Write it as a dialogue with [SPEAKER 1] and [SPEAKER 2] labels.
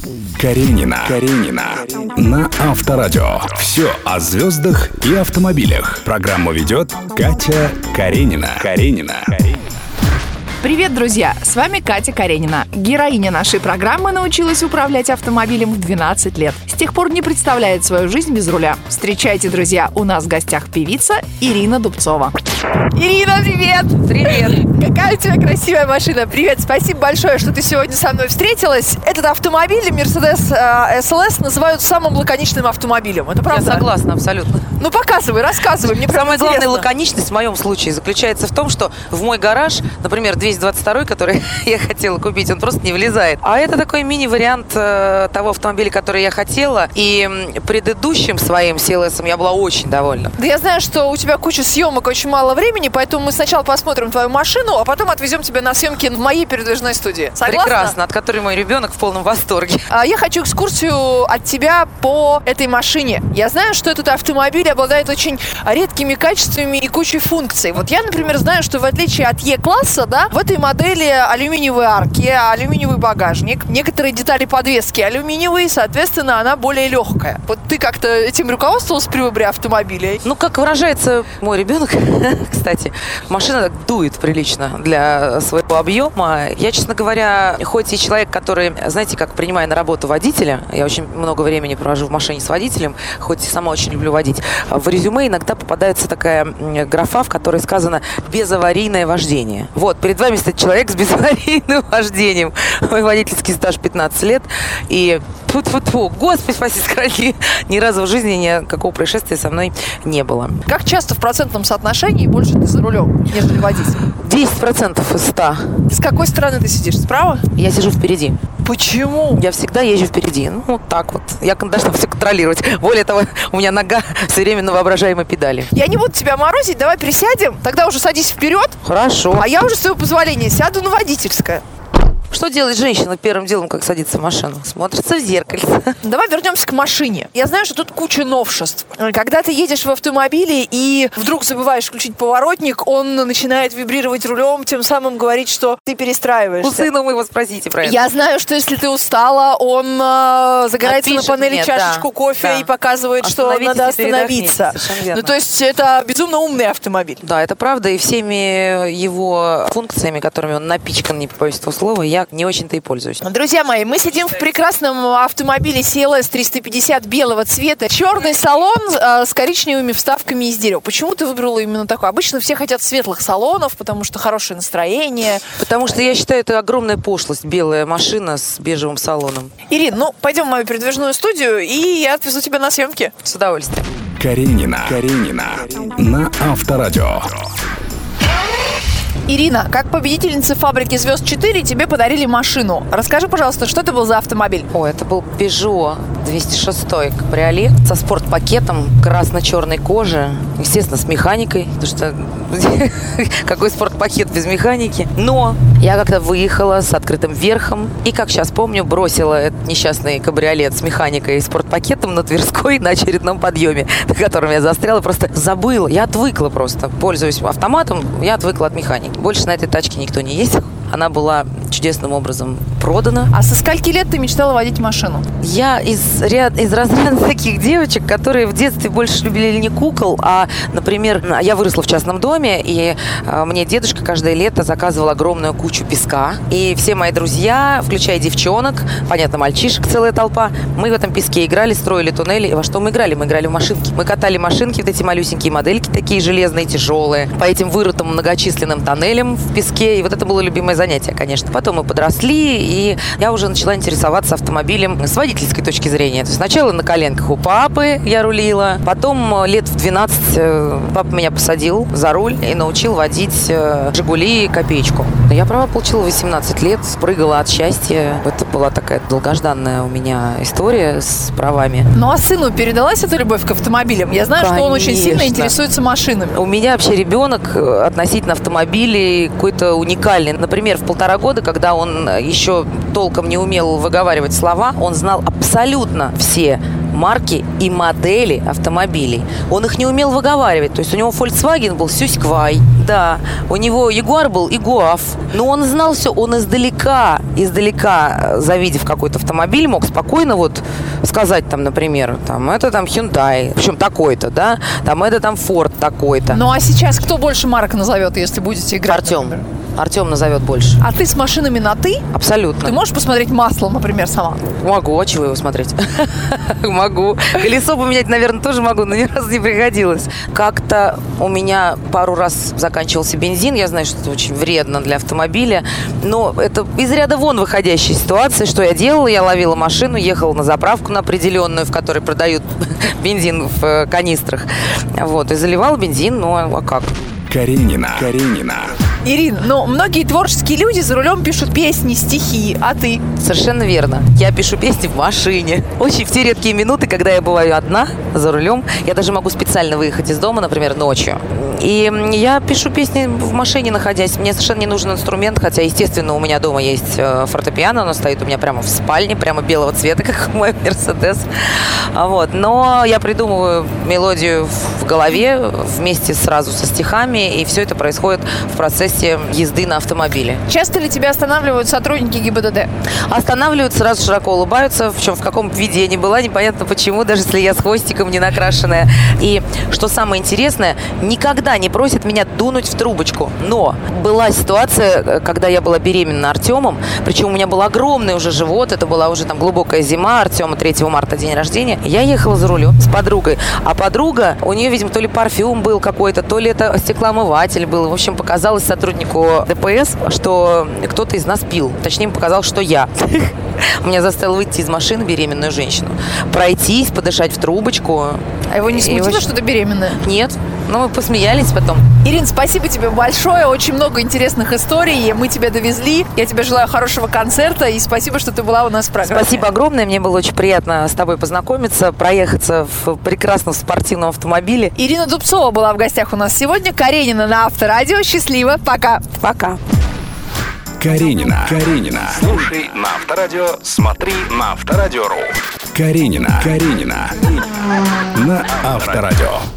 [SPEAKER 1] Каренина. На Авторадио. Все о звездах и автомобилях. Программу ведет Катя Каренина.
[SPEAKER 2] Привет, друзья! С вами Катя Каренина. Героиня нашей программы научилась управлять автомобилем в 12 лет. С тех пор не представляет свою жизнь без руля. Встречайте, друзья, у нас в гостях певица Ирина Дубцова. Ирина, привет!
[SPEAKER 3] Привет!
[SPEAKER 2] Какая у тебя красивая машина! Привет! Спасибо большое, что ты сегодня со мной встретилась. Этот автомобиль, Mercedes SLS, называют самым лаконичным автомобилем. Это правда?
[SPEAKER 3] Я согласна, абсолютно.
[SPEAKER 2] Ну, показывай, рассказывай. Мне
[SPEAKER 3] Самая главная
[SPEAKER 2] интересно.
[SPEAKER 3] лаконичность в моем случае заключается в том, что в мой гараж, например, 222, который я хотела купить, он просто не влезает. А это такой мини-вариант того автомобиля, который я хотела. И предыдущим своим CLS я была очень довольна.
[SPEAKER 2] Да я знаю, что у тебя куча съемок, очень мало времени, поэтому мы сначала посмотрим твою машину, а потом отвезем тебя на съемки в моей передвижной студии. Согласна?
[SPEAKER 3] Прекрасно, от которой мой ребенок в полном восторге.
[SPEAKER 2] Я хочу экскурсию от тебя по этой машине. Я знаю, что этот автомобиль обладает очень редкими качествами и кучей функций. Вот я, например, знаю, что в отличие от Е-класса, да, в этой модели алюминиевые арки, алюминиевый багажник, некоторые детали подвески алюминиевые, соответственно, она более легкая. Вот ты как-то этим руководствовалась при выборе автомобиля?
[SPEAKER 3] Ну, как выражается мой ребенок, кстати, машина так дует прилично для своего объема. Я, честно говоря, хоть и человек, который, знаете, как принимая на работу водителя, я очень много времени провожу в машине с водителем, хоть и сама очень люблю водить, в резюме иногда попадается такая графа, в которой сказано «безаварийное вождение». Вот, перед вами стоит человек с безаварийным вождением. Мой водительский стаж 15 лет, и тьфу-тьфу-тьфу, Господи, спаси, сохрани, ни разу в жизни никакого происшествия со мной не было.
[SPEAKER 2] Как часто в процентном соотношении больше ты за рулем, нежели водитель?
[SPEAKER 3] 10% из 100.
[SPEAKER 2] С какой стороны ты сидишь? Справа?
[SPEAKER 3] Я сижу впереди.
[SPEAKER 2] Почему?
[SPEAKER 3] Я всегда езжу впереди. Ну, вот так вот. Я должна все контролировать. Более того, у меня нога все время на воображаемой педали.
[SPEAKER 2] Я не буду тебя морозить, давай присядем. Тогда уже садись вперед.
[SPEAKER 3] Хорошо.
[SPEAKER 2] А я уже, с твоего позволения, сяду на водительское.
[SPEAKER 3] Что делает женщина первым делом, как садится в машину? Смотрится в зеркальце.
[SPEAKER 2] Давай вернемся к машине. Я знаю, что тут куча новшеств. Когда ты едешь в автомобиле и вдруг забываешь включить поворотник, он начинает вибрировать рулем, тем самым говорить, что ты перестраиваешься.
[SPEAKER 3] У сына моего спросите про это.
[SPEAKER 2] Я знаю, что если ты устала, он загорается
[SPEAKER 3] Напишет
[SPEAKER 2] на панели
[SPEAKER 3] мне,
[SPEAKER 2] чашечку кофе и показывает, что надо остановиться.
[SPEAKER 3] Ну,
[SPEAKER 2] то есть это безумно умный автомобиль.
[SPEAKER 3] Да, это правда. И всеми его функциями, которыми он напичкан, не побоюсь этого слова, я не очень-то и пользуюсь.
[SPEAKER 2] Друзья мои, мы сидим в прекрасном автомобиле CLS 350 белого цвета. Черный салон с коричневыми вставками из дерева. Почему ты выбрала именно такой? Обычно все хотят светлых салонов, потому что хорошее настроение.
[SPEAKER 3] Потому что я считаю, это огромная пошлость. Белая машина с бежевым салоном.
[SPEAKER 2] Ирин, ну пойдем в мою передвижную студию, и я отвезу тебя на съемки.
[SPEAKER 3] С удовольствием.
[SPEAKER 1] Каренина. На Авторадио.
[SPEAKER 2] Ирина, как победительница «Фабрики звезд 4» тебе подарили машину. Расскажи, пожалуйста, что это был за автомобиль?
[SPEAKER 3] О, это был Peugeot 206 кабриолет со спортпакетом красно-черной кожи. Естественно, с механикой, потому что какой спортпакет без механики. Но я как-то выехала с открытым верхом и, как сейчас помню, бросила этот несчастный кабриолет с механикой и спортпакетом на Тверской на очередном подъеме, на котором я застряла, просто забыла. Я отвыкла просто. Пользуюсь автоматом, я отвыкла от механики. Больше на этой тачке никто не ездил. Она была чудесным образом продана.
[SPEAKER 2] А со скольки лет ты мечтала водить машину?
[SPEAKER 3] Я из разряда таких девочек, которые в детстве больше любили не кукол, а, например, я выросла в частном доме, и мне дедушка каждое лето заказывал огромную кучу песка. И все мои друзья, включая девчонок, понятно, мальчишек целая толпа, мы в этом песке играли, строили туннели. И во что мы играли? Мы играли в машинки. Мы катали машинки, вот эти малюсенькие модельки, такие железные, тяжелые, по этим вырытым многочисленным тоннелям в песке. И вот это было любимое занятие, конечно. Потом мы подросли, и я уже начала интересоваться автомобилем с водительской точки зрения. То есть сначала на коленках у папы я рулила, потом лет в 12 папа меня посадил за руль и научил водить «Жигули» копеечку. Я права получила 18 лет, прыгала от счастья. Это была такая долгожданная у меня история с правами.
[SPEAKER 2] Ну а сыну передалась эта любовь к автомобилям? Я знаю,
[SPEAKER 3] Конечно.
[SPEAKER 2] что он очень сильно интересуется машинами.
[SPEAKER 3] У меня вообще ребенок относительно автомобилей какой-то уникальный. Например, в 1,5 года, когда он еще толком не умел выговаривать слова, он знал абсолютно все марки и модели автомобилей. Он их не умел выговаривать. То есть у него Volkswagen был Сюськвай, да. У него Jaguar был Iguaf. Но он знал все, он издалека, завидев какой-то автомобиль, мог спокойно вот сказать там, например, там, это там Hyundai, причем такой-то, да, там, это там Ford такой-то.
[SPEAKER 2] Ну, а сейчас кто больше марок назовет, если будете играть?
[SPEAKER 3] Артем назовет больше.
[SPEAKER 2] А ты с машинами на «ты»?
[SPEAKER 3] Абсолютно.
[SPEAKER 2] Ты можешь посмотреть масло, например, сама?
[SPEAKER 3] Могу, а чего его смотреть? Могу. Колесо поменять, наверное, тоже могу, но ни разу не приходилось. Как-то у меня пару раз заканчивался бензин. Я знаю, что это очень вредно для автомобиля. Но это из ряда вон выходящая ситуация. Что я делала? Я ловила машину, ехала на заправку на определенную, в которой продают бензин в канистрах. Вот, и заливала бензин, ну а как?
[SPEAKER 1] Каренина.
[SPEAKER 2] Ирин, ну, многие творческие люди за рулем пишут песни, стихи, а ты?
[SPEAKER 3] Совершенно верно. Я пишу песни в машине. Очень в те редкие минуты, когда я бываю одна за рулем. Я даже могу специально выехать из дома, например, ночью. И я пишу песни в машине, находясь. Мне совершенно не нужен инструмент, хотя, естественно, у меня дома есть фортепиано. Оно стоит у меня прямо в спальне, прямо белого цвета, как мой Мерседес. Вот. Но я придумываю мелодию в голове вместе сразу со стихами, и все это происходит в процессе езды на автомобиле.
[SPEAKER 2] Часто ли тебя останавливают сотрудники ГИБДД?
[SPEAKER 3] Останавливают, сразу широко улыбаются. Причем в каком виде я ни была, непонятно почему, даже если я с хвостиком не накрашенная. И что самое интересное, никогда не просят меня дунуть в трубочку. Но была ситуация, когда я была беременна Артемом, причем у меня был огромный уже живот, это была уже там глубокая зима, Артема 3 марта день рождения. Я ехала за рулем с подругой, а подруга, у нее, видимо, то ли парфюм был какой-то, то ли это стеклоомыватель был. В общем, показалось сотруднику ДПС, что кто-то из нас пил. Точнее, показалось, что я. Меня заставил выйти из машины беременную женщину, пройтись, подышать в трубочку.
[SPEAKER 2] А его не смутило, что ты беременная?
[SPEAKER 3] Нет. Ну, мы посмеялись потом.
[SPEAKER 2] Ирин, спасибо тебе большое. Очень много интересных историй. Мы тебя довезли. Я тебе желаю хорошего концерта. И спасибо, что ты была у нас в программе.
[SPEAKER 3] Спасибо огромное. Мне было очень приятно с тобой познакомиться, проехаться в прекрасном спортивном автомобиле.
[SPEAKER 2] Ирина Дубцова была в гостях у нас сегодня. Каренина на Авторадио. Счастливо. Пока.
[SPEAKER 3] Пока.
[SPEAKER 1] Каренина. Слушай на Авторадио, смотри на Авторадио.ру. Каренина. На Авторадио.